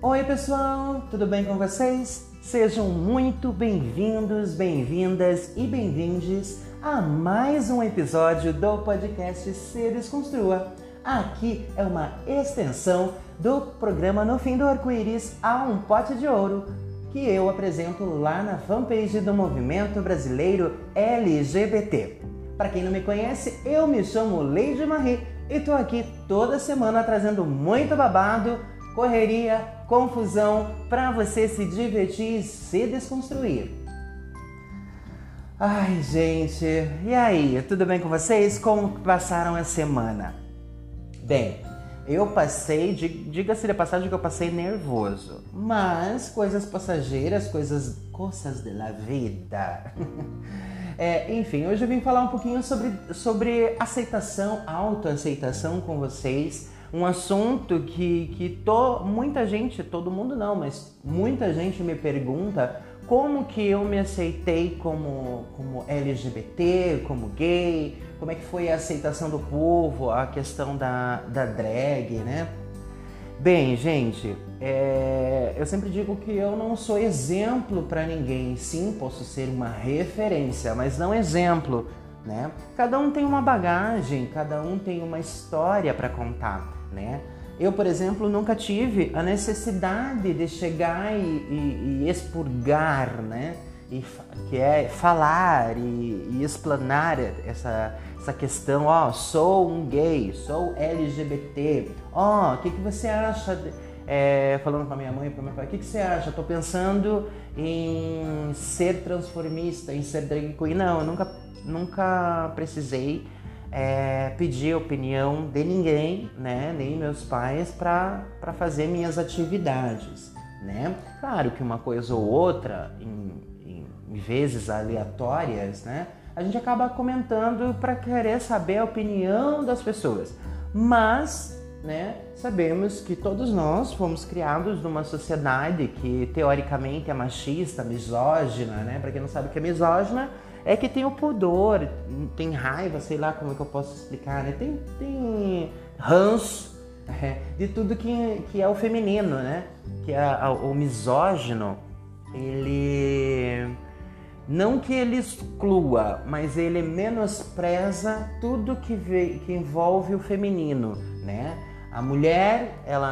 Oi pessoal, tudo bem com vocês? Sejam muito bem-vindos, bem-vindas e bem-vindes a mais um episódio do podcast Se Desconstrua. Aqui é uma extensão do programa No Fim do Arco-Íris há um Pote de Ouro, que eu apresento lá na fanpage do Movimento Brasileiro LGBT. Para quem não me conhece, eu me chamo Lady Marie e tô aqui toda semana trazendo muito babado, correria, confusão para você se divertir e se desconstruir. Ai, gente, e aí? Tudo bem com vocês? Como passaram a semana? Bem, eu passei, diga-se de passagem que eu passei nervoso, mas coisas passageiras, coisas da vida. Enfim, hoje eu vim falar um pouquinho sobre aceitação, autoaceitação com vocês. Um assunto que muita gente, todo mundo não, mas muita gente me pergunta como que eu me aceitei como LGBT, como gay, como é que foi a aceitação do povo, a questão da drag, né? Bem, gente, eu sempre digo que eu não sou exemplo para ninguém. Sim, posso ser uma referência, mas não exemplo, né? Cada um tem uma bagagem, cada um tem uma história para contar, né? Eu, por exemplo, nunca tive a necessidade de chegar e expurgar, né? Que é falar e explanar essa questão, sou um gay, sou LGBT, o que você acha? Falando com a minha mãe e para meu pai, o que você acha? Tô pensando em ser transformista, em ser drag queen. Não, eu nunca precisei pedir opinião de ninguém, né? Nem meus pais para fazer minhas atividades, né? Claro que uma coisa ou outra, em vezes aleatórias, né? A gente acaba comentando para querer saber a opinião das pessoas, mas, né? Sabemos que todos nós fomos criados numa sociedade que teoricamente é machista, misógina, né? Para quem não sabe o que é misógina, é que tem o pudor, tem raiva, sei lá como é que eu posso explicar, né? Tem ranço de tudo que é o feminino, né? Que o misógino, ele... Não que ele exclua, mas ele menospreza tudo que envolve o feminino, né? A mulher,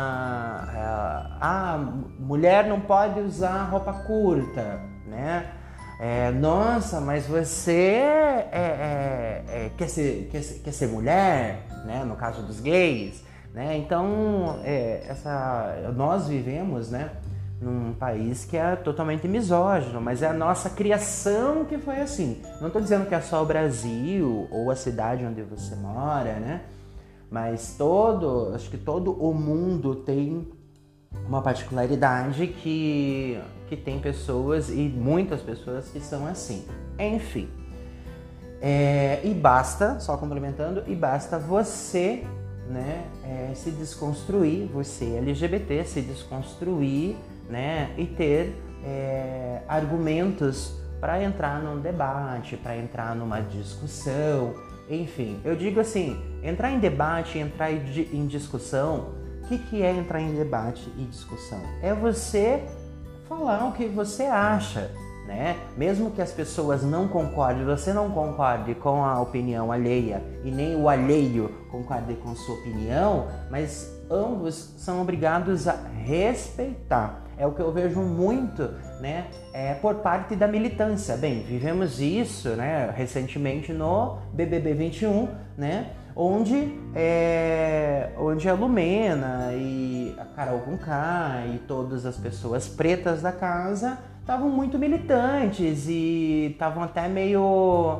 a mulher não pode usar roupa curta, né? Nossa, mas você quer ser mulher, né? No caso dos gays, né? Então, nós vivemos, né? Num país que é totalmente misógino, mas é a nossa criação que foi assim. Não estou dizendo que é só o Brasil ou a cidade onde você mora, né? Mas acho que todo o mundo tem uma particularidade que tem pessoas, e muitas pessoas, que são assim. Enfim. E basta, só complementando, basta você, né, se desconstruir, você LGBT, se desconstruir, né, e ter argumentos para entrar num debate, para entrar numa discussão. Enfim, eu digo assim, entrar em debate, entrar em discussão. O que é entrar em debate e discussão? É você falar o que você acha, né? Mesmo que as pessoas não concordem, você não concorde com a opinião alheia e nem o alheio concorde com sua opinião, mas ambos são obrigados a respeitar. É o que eu vejo muito, né? Por parte da militância. Bem, vivemos isso, né? Recentemente no BBB 21, né? Onde a Lumena e a Carol Conká e todas as pessoas pretas da casa estavam muito militantes e estavam até meio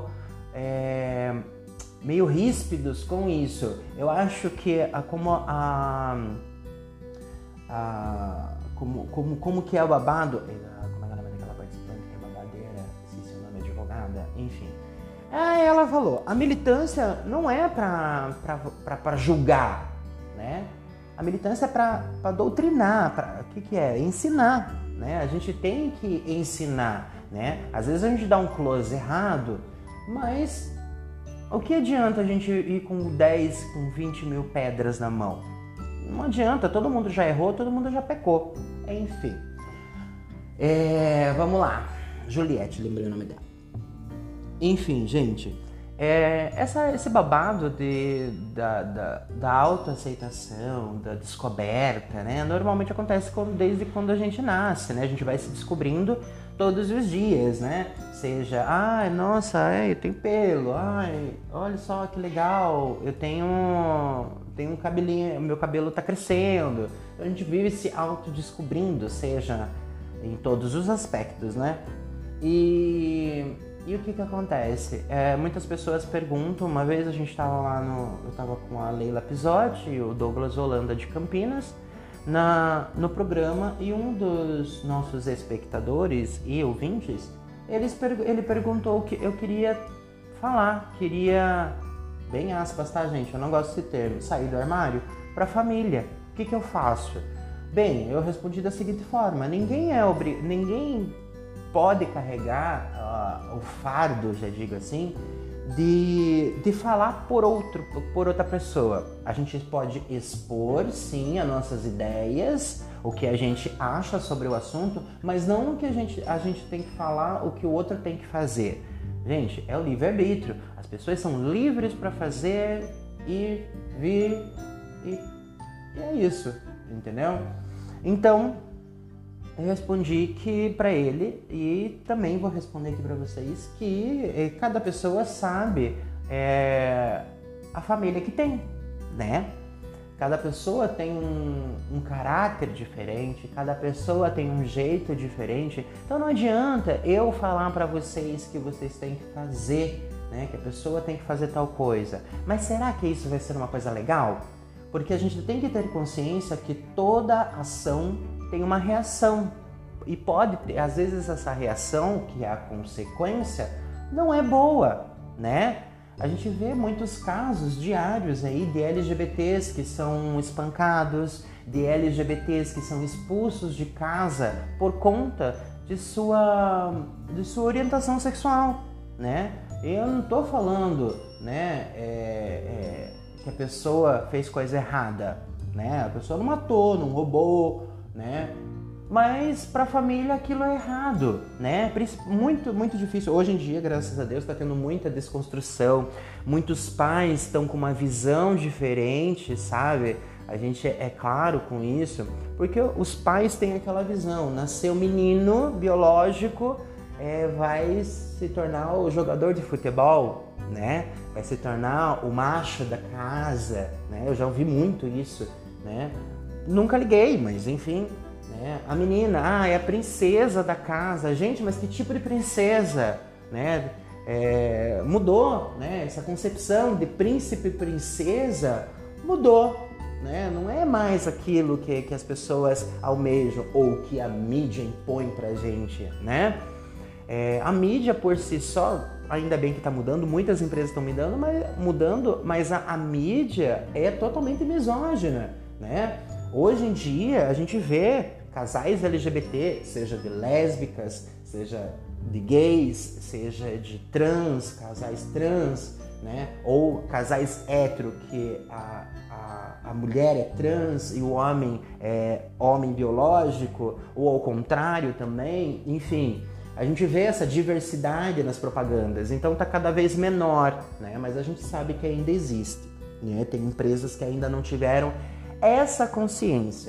ríspidos com isso. Eu acho que como que é o babado, como é o nome daquela participante que é babadeira, esqueci o nome, advogada, enfim. Ela falou, a militância não é para julgar, né? A militância é para doutrinar, o que é? Ensinar, né? A gente tem que ensinar, né? Às vezes a gente dá um close errado, mas o que adianta a gente ir com 10, com 20 mil pedras na mão? Não adianta, todo mundo já errou, todo mundo já pecou. Enfim. Vamos lá. Juliette, lembrei o nome dela. Enfim, gente. Esse babado da autoaceitação, da descoberta, né? Normalmente acontece desde quando a gente nasce, né? A gente vai se descobrindo todos os dias, né? Seja, nossa, eu tenho pelo, olha só que legal, eu tenho um cabelinho, meu cabelo tá crescendo. A gente vive se autodescobrindo, seja em todos os aspectos, né? E o que acontece? Muitas pessoas perguntam, uma vez a gente estava eu estava com a Leila Pisotti e o Douglas Holanda de Campinas no programa, e um dos nossos espectadores e ouvintes, ele perguntou o que eu queria falar, bem aspas, tá, gente? Eu não gosto desse termo, sair do armário para a família. O que eu faço? Bem, eu respondi da seguinte forma: ninguém pode carregar o fardo, já digo assim, de falar por outra pessoa. A gente pode expor, sim, as nossas ideias, o que a gente acha sobre o assunto, mas não o que a gente tem que falar, o que o outro tem que fazer. Gente, é o livre-arbítrio. As pessoas são livres para fazer, ir, vir, e é isso, entendeu? Então, eu respondi que para ele, e também vou responder aqui para vocês, que cada pessoa sabe a família que tem, né? Cada pessoa tem um caráter diferente, cada pessoa tem um jeito diferente. Então não adianta eu falar para vocês que vocês têm que fazer, né? Que a pessoa tem que fazer tal coisa. Mas será que isso vai ser uma coisa legal? Porque a gente tem que ter consciência que toda ação tem uma reação, e pode ter, às vezes essa reação, que é a consequência, não é boa, né? A gente vê muitos casos diários aí de LGBTs que são espancados, de LGBTs que são expulsos de casa por conta de sua orientação sexual, né? Eu não estou falando, né, que a pessoa fez coisa errada, né? A pessoa não matou, não roubou, né? Mas para a família aquilo é errado, né? Muito, muito difícil. Hoje em dia, graças a Deus, está tendo muita desconstrução. Muitos pais estão com uma visão diferente, sabe? A gente é claro com isso, porque os pais têm aquela visão. Nasceu menino biológico, vai se tornar o jogador de futebol, né? Vai se tornar o macho da casa, né? Eu já ouvi muito isso, né? Nunca liguei, mas enfim, né? A menina, é a princesa da casa. Gente, mas que tipo de princesa, né? Mudou, né? Essa concepção de príncipe e princesa mudou, né? Não é mais aquilo que as pessoas almejam ou que a mídia impõe pra gente, né? A mídia por si só, ainda bem que está mudando, muitas empresas estão mudando, mas a mídia é totalmente misógina, né? Hoje em dia a gente vê casais LGBT, seja de lésbicas, seja de gays, seja de casais trans, né? Ou casais hétero, que a mulher é trans e o homem é homem biológico, ou ao contrário também, enfim. A gente vê essa diversidade nas propagandas, então está cada vez menor, né? Mas a gente sabe que ainda existe, né? Tem empresas que ainda não tiveram essa consciência.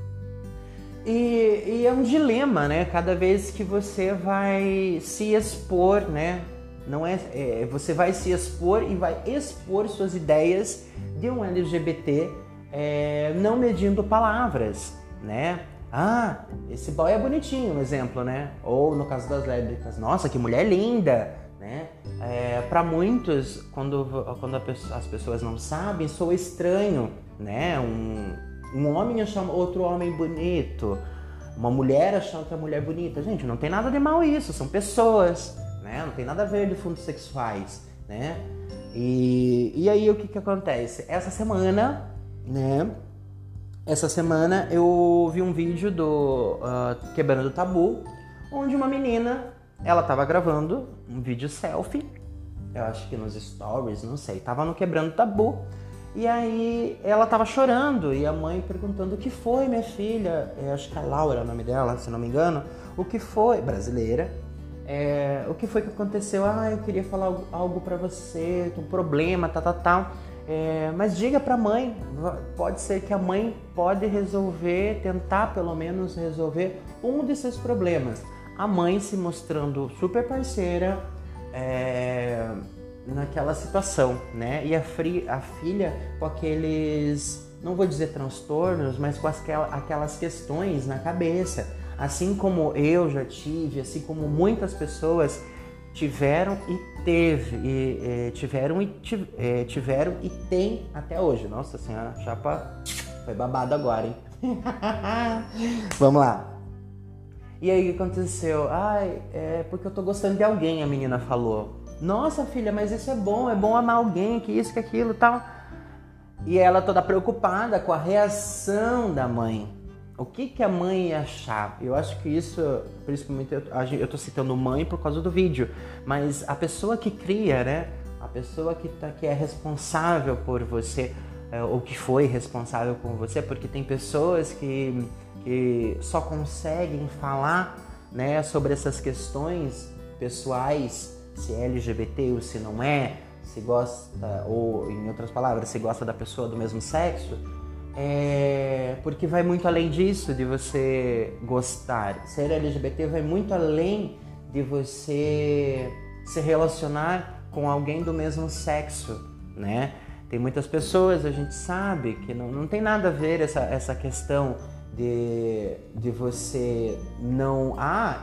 E é um dilema, né? Cada vez que você vai se expor, né? Você vai se expor e vai expor suas ideias de um LGBT, não medindo palavras, né? Esse boy é bonitinho, um exemplo, né? Ou no caso das lésbicas, nossa, que mulher linda, né? Para muitos, quando as pessoas não sabem, soa estranho, né? Um homem achar outro homem bonito, uma mulher achar outra mulher bonita. Gente, não tem nada de mal isso, são pessoas, né? Não tem nada a ver de fundos sexuais, né? E aí o que acontece? Essa semana, né? Essa semana eu vi um vídeo do Quebrando o Tabu, onde uma menina, ela tava gravando um vídeo selfie, eu acho que nos stories, não sei, tava no Quebrando o Tabu, E aí ela tava chorando e a mãe perguntando: o que foi, minha filha? Acho que é Laura é o nome dela, se não me engano. O que foi? Brasileira. O que foi que aconteceu? Eu queria falar algo pra você, tem um problema, tal. Mas diga pra mãe, pode ser que a mãe pode resolver, tentar pelo menos resolver um de seus problemas. A mãe se mostrando super parceira naquela situação, né? E a filha com aqueles, não vou dizer transtornos, mas com aquelas questões na cabeça. Assim como eu já tive, assim como muitas pessoas tiveram e tiveram e tem até hoje. Nossa senhora, a chapa foi babado agora, hein? Vamos lá. E aí o que aconteceu? Porque eu tô gostando de alguém, a menina falou. Nossa, filha, mas isso é bom amar alguém, que isso, que aquilo e tal. E ela toda preocupada com a reação da mãe. O que a mãe ia achar? Eu acho que isso, principalmente, eu tô citando mãe por causa do vídeo, mas a pessoa que cria, né? A pessoa que é responsável por você, ou que foi responsável por você, porque tem pessoas que só conseguem falar, né, sobre essas questões pessoais, se é LGBT ou se não é, se gosta, ou em outras palavras, se gosta da pessoa do mesmo sexo, porque vai muito além disso, de você gostar. Ser LGBT vai muito além de você se relacionar com alguém do mesmo sexo, né? Tem muitas pessoas, a gente sabe, que não tem nada a ver essa questão de você não...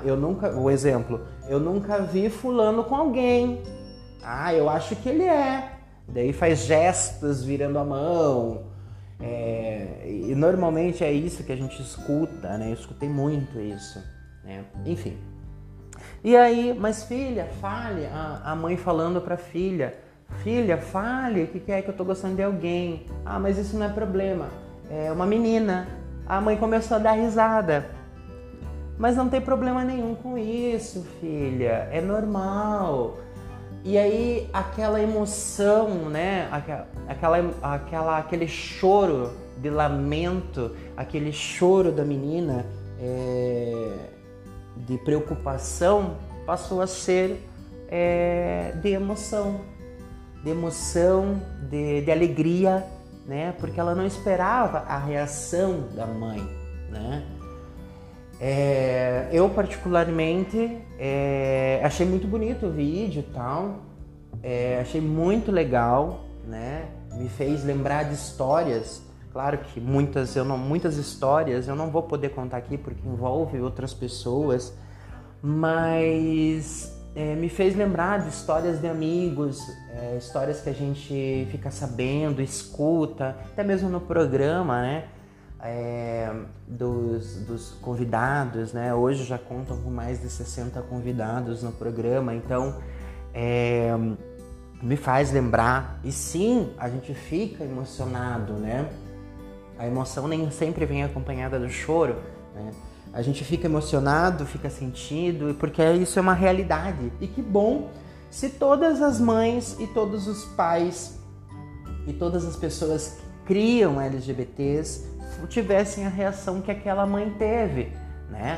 eu nunca vi fulano com alguém. Eu acho que ele é. Daí faz gestos virando a mão. E normalmente é isso que a gente escuta, né? Eu escutei muito isso, né? Enfim. E aí, mas filha, fale. A mãe falando pra filha: filha, fale, o que é que eu tô gostando de alguém? Mas isso não é problema. É uma menina. A mãe começou a dar risada. Mas não tem problema nenhum com isso, filha. É normal. E aí aquela emoção, né? Aquele choro de lamento, aquele choro da menina de preocupação passou a ser de emoção, de alegria, né? Porque ela não esperava a reação da mãe, né? Eu particularmente achei muito bonito o vídeo e tal, achei muito legal, né? Me fez lembrar de histórias, claro que muitas histórias eu não vou poder contar aqui porque envolve outras pessoas, mas me fez lembrar de histórias de amigos, histórias que a gente fica sabendo, escuta, até mesmo no programa, né? Dos convidados, né? Hoje já contam com mais de 60 convidados no programa, então me faz lembrar, e sim, a gente fica emocionado, né? A emoção nem sempre vem acompanhada do choro, né? A gente fica emocionado, fica sentido, porque isso é uma realidade. E que bom se todas as mães e todos os pais e todas as pessoas que criam LGBTs tivessem a reação que aquela mãe teve, né?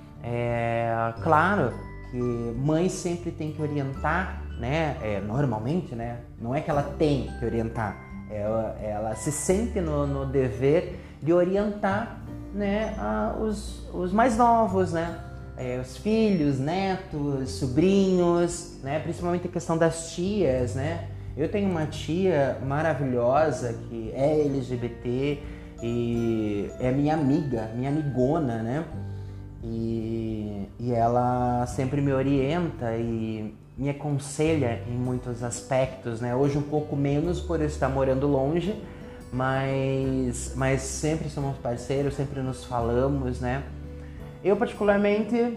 Claro que mãe sempre tem que orientar, né? Normalmente, né? Não é que ela tem que orientar, ela se sente no dever de orientar, né? Os mais novos, né? Os filhos, netos, sobrinhos, né? Principalmente a questão das tias, né? Eu tenho uma tia maravilhosa que é LGBT e é minha amiga, minha amigona, né? E ela sempre me orienta e me aconselha em muitos aspectos, né? Hoje um pouco menos por eu estar morando longe, mas sempre somos parceiros, sempre nos falamos, né? Eu particularmente,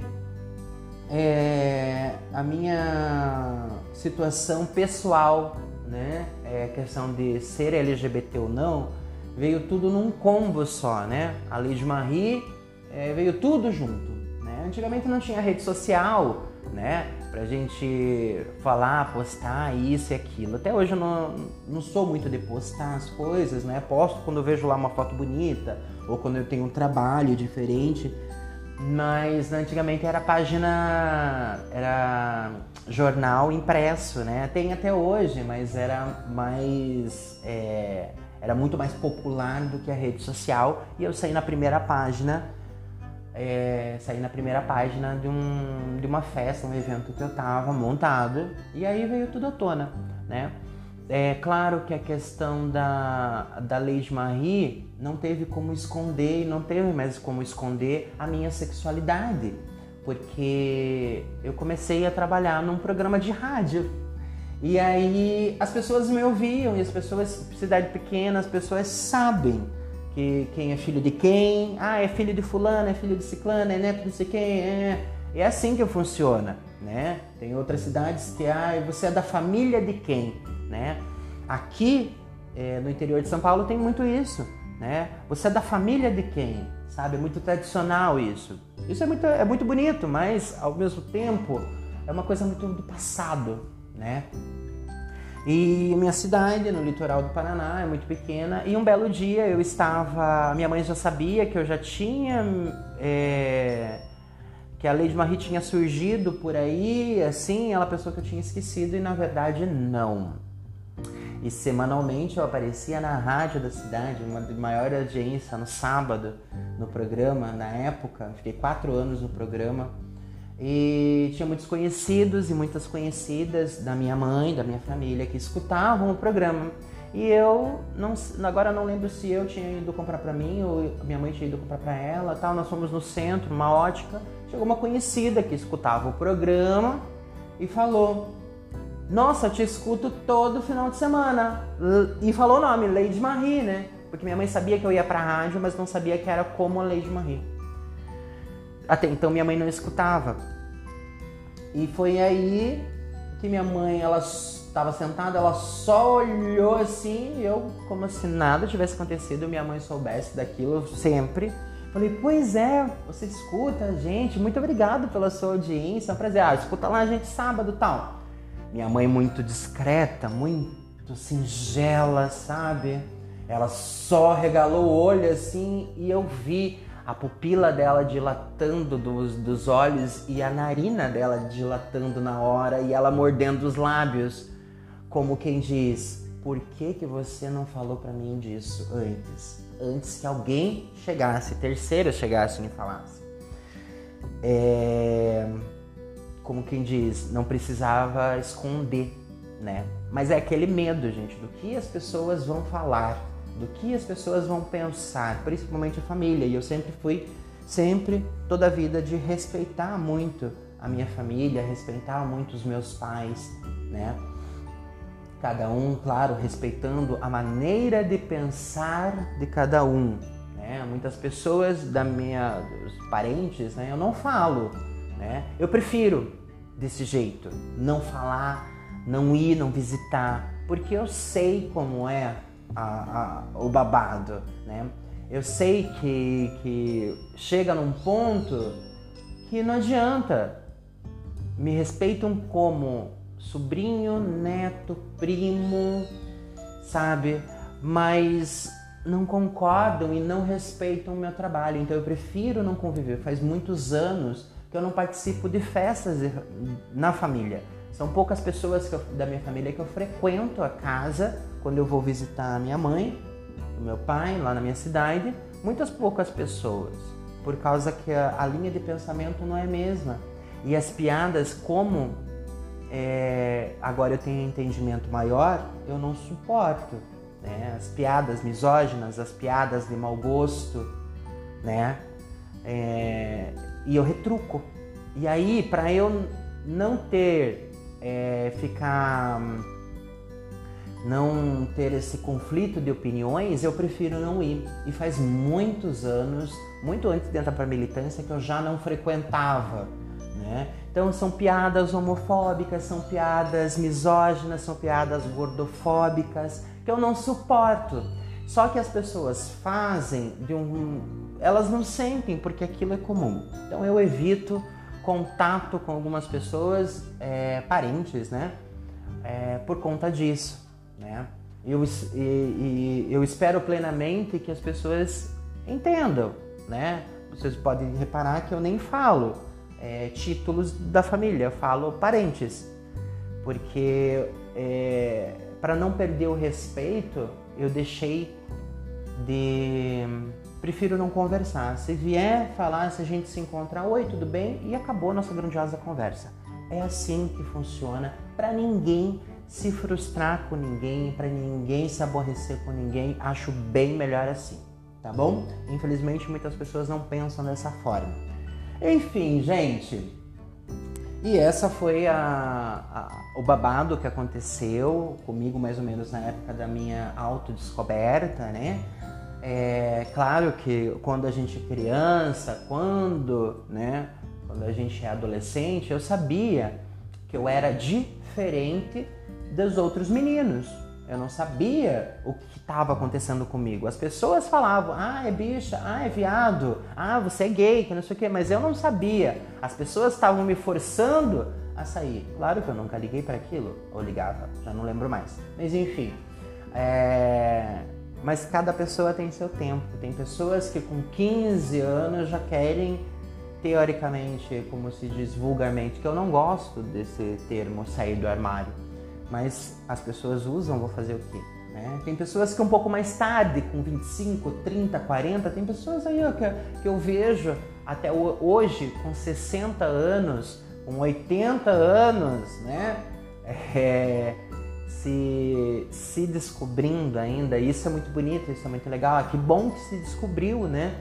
a minha situação pessoal, né? A questão de ser LGBT ou não, veio tudo num combo só, né? A Lei de Marie veio tudo junto, né? Antigamente não tinha rede social, né? pra gente falar, postar isso e aquilo. Até hoje eu não sou muito de postar as coisas, né? Posto quando eu vejo lá uma foto bonita ou quando eu tenho um trabalho diferente. Mas antigamente era página, era jornal impresso, né? Tem até hoje, mas era mais, era muito mais popular do que a rede social. E eu saí na primeira página, de uma festa, um evento que eu tava montado. E aí veio tudo à tona, né? É claro que a questão da Lei de Marie não teve como esconder, não teve mais como esconder a minha sexualidade, porque eu comecei a trabalhar num programa de rádio. E aí as pessoas me ouviam, e as pessoas, cidade pequena, as pessoas sabem que quem é filho de quem, é filho de fulano, é filho de ciclano, é neto de não sei quem, é assim que funciona, né? Tem outras cidades que, você é da família de quem, né? Aqui, no interior de São Paulo tem muito isso, né? Você é da família de quem, sabe? É muito tradicional isso. Isso é muito bonito, mas ao mesmo tempo é uma coisa muito do passado, né? E minha cidade, no litoral do Paraná, é muito pequena. E um belo dia eu estava... Minha mãe já sabia que eu já tinha... que a Lei de Marie tinha surgido por aí, assim, ela pensou que eu tinha esquecido e na verdade não. E semanalmente eu aparecia na rádio da cidade, uma de maior audiência, no sábado, no programa, na época. Fiquei 4 anos no programa. E tinha muitos conhecidos e muitas conhecidas da minha mãe, da minha família, que escutavam o programa. E eu, agora não lembro se eu tinha ido comprar pra mim ou minha mãe tinha ido comprar pra ela, tal. Nós fomos no centro, numa ótica. Chegou uma conhecida que escutava o programa e falou: nossa, eu te escuto todo final de semana. E falou o nome, Lei de Marie, né? Porque minha mãe sabia que eu ia pra rádio, mas não sabia que era como a Lei de Marie. Até então minha mãe não escutava. E foi aí que minha mãe, ela estava sentada, ela só olhou assim, e eu, como se nada tivesse acontecido, minha mãe soubesse daquilo sempre. Falei, pois é, você escuta a gente, muito obrigado pela sua audiência, é um prazer. Escuta lá a gente sábado e tal. Minha mãe muito discreta, muito singela, sabe? Ela só regalou o olho assim e eu vi a pupila dela dilatando dos olhos e a narina dela dilatando na hora e ela mordendo os lábios, como quem diz, por que você não falou pra mim disso antes que alguém chegasse, terceiro chegasse e me falasse. Como quem diz, não precisava esconder, né? Mas é aquele medo, gente, do que as pessoas vão falar, do que as pessoas vão pensar, principalmente a família. E eu sempre fui, toda a vida, de respeitar muito a minha família, respeitar muito os meus pais, né? Cada um, claro, respeitando a maneira de pensar de cada um, né? Muitas pessoas dos parentes, né? Eu não falo, né? Eu prefiro desse jeito, não falar, não ir, não visitar, porque eu sei como é o babado, né? Eu sei que chega num ponto que não adianta. Me respeitam como sobrinho, neto, primo, sabe? Mas não concordam e não respeitam o meu trabalho. Então eu prefiro não conviver. Faz muitos anos que eu não participo de festas na família. São poucas pessoas da minha família que eu frequento a casa quando eu vou visitar a minha mãe, o meu pai, lá na minha cidade. Muitas poucas pessoas, por causa que a linha de pensamento não é a mesma. E as piadas, como agora eu tenho um entendimento maior, eu não suporto, né? As piadas misóginas, as piadas de mau gosto, né? E eu retruco. E aí, para eu não ter não ter esse conflito de opiniões, eu prefiro não ir. E faz muitos anos, muito antes de entrar para a militância, que eu já não frequentava, né? Então são piadas homofóbicas, são piadas misóginas, são piadas gordofóbicas, que eu não suporto. Só que as pessoas fazem elas não sentem, porque aquilo é comum. Então eu evito contato com algumas pessoas, parentes, né? Por conta disso, né? Eu espero plenamente que as pessoas entendam, né? Vocês podem reparar que eu nem falo títulos da família, eu falo parentes, porque para não perder o respeito, eu prefiro não conversar. Se vier falar, se a gente se encontrar, oi, tudo bem? E acabou a nossa grandiosa conversa. É assim que funciona, para ninguém se frustrar com ninguém, para ninguém se aborrecer com ninguém. Acho bem melhor assim, tá bom? Infelizmente, muitas pessoas não pensam dessa forma. Enfim, gente, e essa foi o babado que aconteceu comigo mais ou menos na época da minha autodescoberta, né? Claro que quando a gente é criança, quando a gente é adolescente, eu sabia que eu era diferente dos outros meninos. Eu não sabia o que estava acontecendo comigo. As pessoas falavam, é bicha, é viado, você é gay, que não sei o quê, mas eu não sabia. As pessoas estavam me forçando a sair. Claro que eu nunca liguei para aquilo, ou ligava, já não lembro mais. Mas enfim, mas cada pessoa tem seu tempo. Tem pessoas que com 15 anos já querem, teoricamente, como se diz vulgarmente, que eu não gosto desse termo, sair do armário. Mas as pessoas usam, vou fazer o quê? Né? Tem pessoas que um pouco mais tarde, com 25, 30, 40, tem pessoas aí que eu vejo até hoje com 60 anos, com 80 anos, né? Se descobrindo ainda. Isso é muito bonito, isso é muito legal. Que bom que se descobriu, né?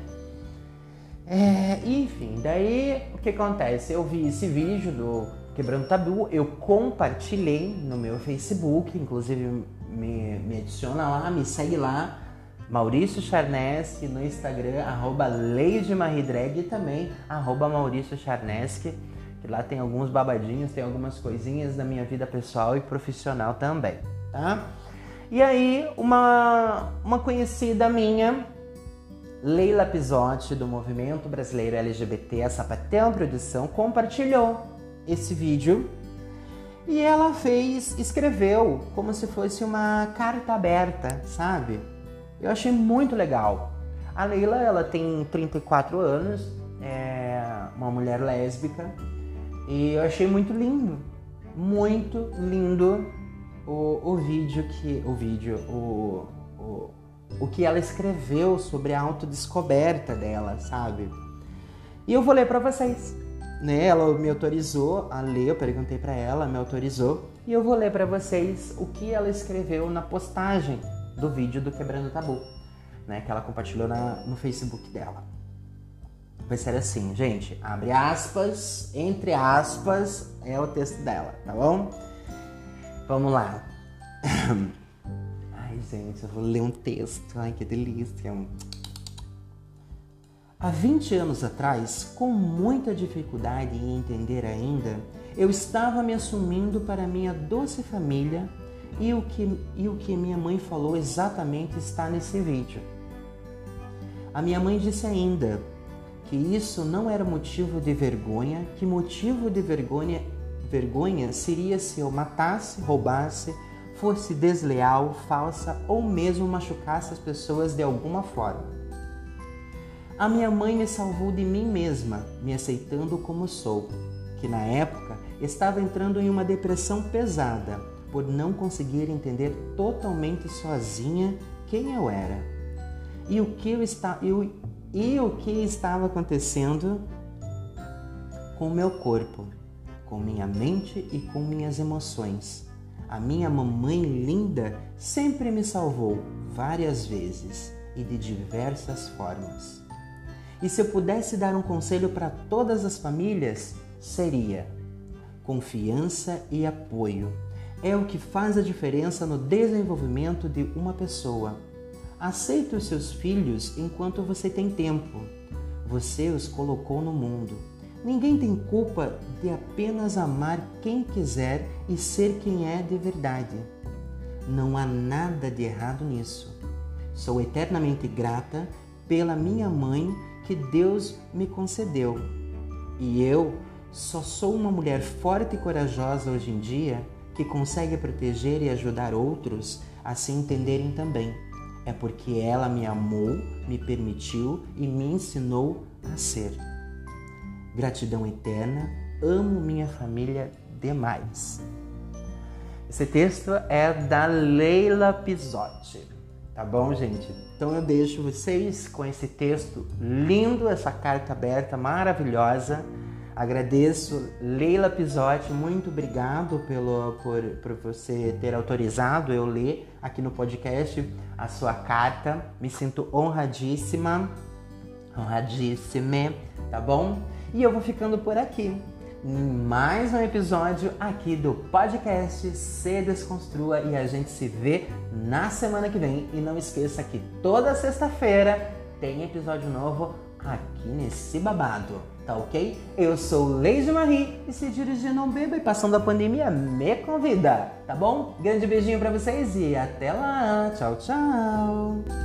Enfim, daí o que acontece? Eu vi esse vídeo do Quebrando Tabu, eu compartilhei no meu Facebook, inclusive me adiciona lá, me segue lá, Maurício Charnesky, no Instagram, @LadyMarieDrag e também @Maurício Charnesky, que lá tem alguns babadinhos, tem algumas coisinhas da minha vida pessoal e profissional também, tá? E aí, uma conhecida minha, Leila Pisotti, do Movimento Brasileiro LGBT, a Sapatão Produção, compartilhou esse vídeo e ela escreveu como se fosse uma carta aberta, sabe? Eu achei muito legal. A Leila, ela tem 34 anos, é uma mulher lésbica e eu achei muito lindo o que ela escreveu sobre a autodescoberta dela, sabe? E eu vou ler pra vocês, né? Ela me autorizou a ler, eu perguntei pra ela, me autorizou, e eu vou ler pra vocês o que ela escreveu na postagem do vídeo do Quebrando Tabu, né? Que ela compartilhou no Facebook dela. Vai ser assim, gente, abre aspas, entre aspas, é o texto dela, tá bom? Vamos lá. Ai, gente, eu vou ler um texto, ai que delícia. Há 20 anos atrás, com muita dificuldade em entender ainda, eu estava me assumindo para minha doce família e o que minha mãe falou exatamente está nesse vídeo. A minha mãe disse ainda que isso não era motivo de vergonha, que motivo de vergonha seria se eu matasse, roubasse, fosse desleal, falsa ou mesmo machucasse as pessoas de alguma forma. A minha mãe me salvou de mim mesma, me aceitando como sou, que na época estava entrando em uma depressão pesada por não conseguir entender totalmente sozinha quem eu era e o que estava acontecendo com o meu corpo, com minha mente e com minhas emoções. A minha mamãe linda sempre me salvou várias vezes e de diversas formas. E se eu pudesse dar um conselho para todas as famílias, seria: confiança e apoio. É o que faz a diferença no desenvolvimento de uma pessoa. Aceite os seus filhos enquanto você tem tempo. Você os colocou no mundo. Ninguém tem culpa de apenas amar quem quiser e ser quem é de verdade. Não há nada de errado nisso. Sou eternamente grata pela minha mãe que Deus me concedeu. E eu Só sou uma mulher forte e corajosa hoje em dia que consegue proteger e ajudar outros a se entenderem também. É porque ela me amou, me permitiu e me ensinou a ser. Gratidão eterna, amo minha família demais. Esse texto é da Leila Pisotti, tá bom, gente? Então eu deixo vocês com esse texto lindo, essa carta aberta maravilhosa. Agradeço, Leila Pisotti, muito obrigado por você ter autorizado eu ler aqui no podcast a sua carta. Me sinto honradíssima, tá bom? E eu vou ficando por aqui. Mais um episódio aqui do podcast Se Desconstrua e a gente se vê na semana que vem. E não esqueça que toda sexta-feira tem episódio novo aqui nesse babado, tá ok? Eu sou Leide Marie e se dirigir não beba e passando a pandemia me convida, tá bom? Grande beijinho pra vocês e até lá! Tchau, tchau!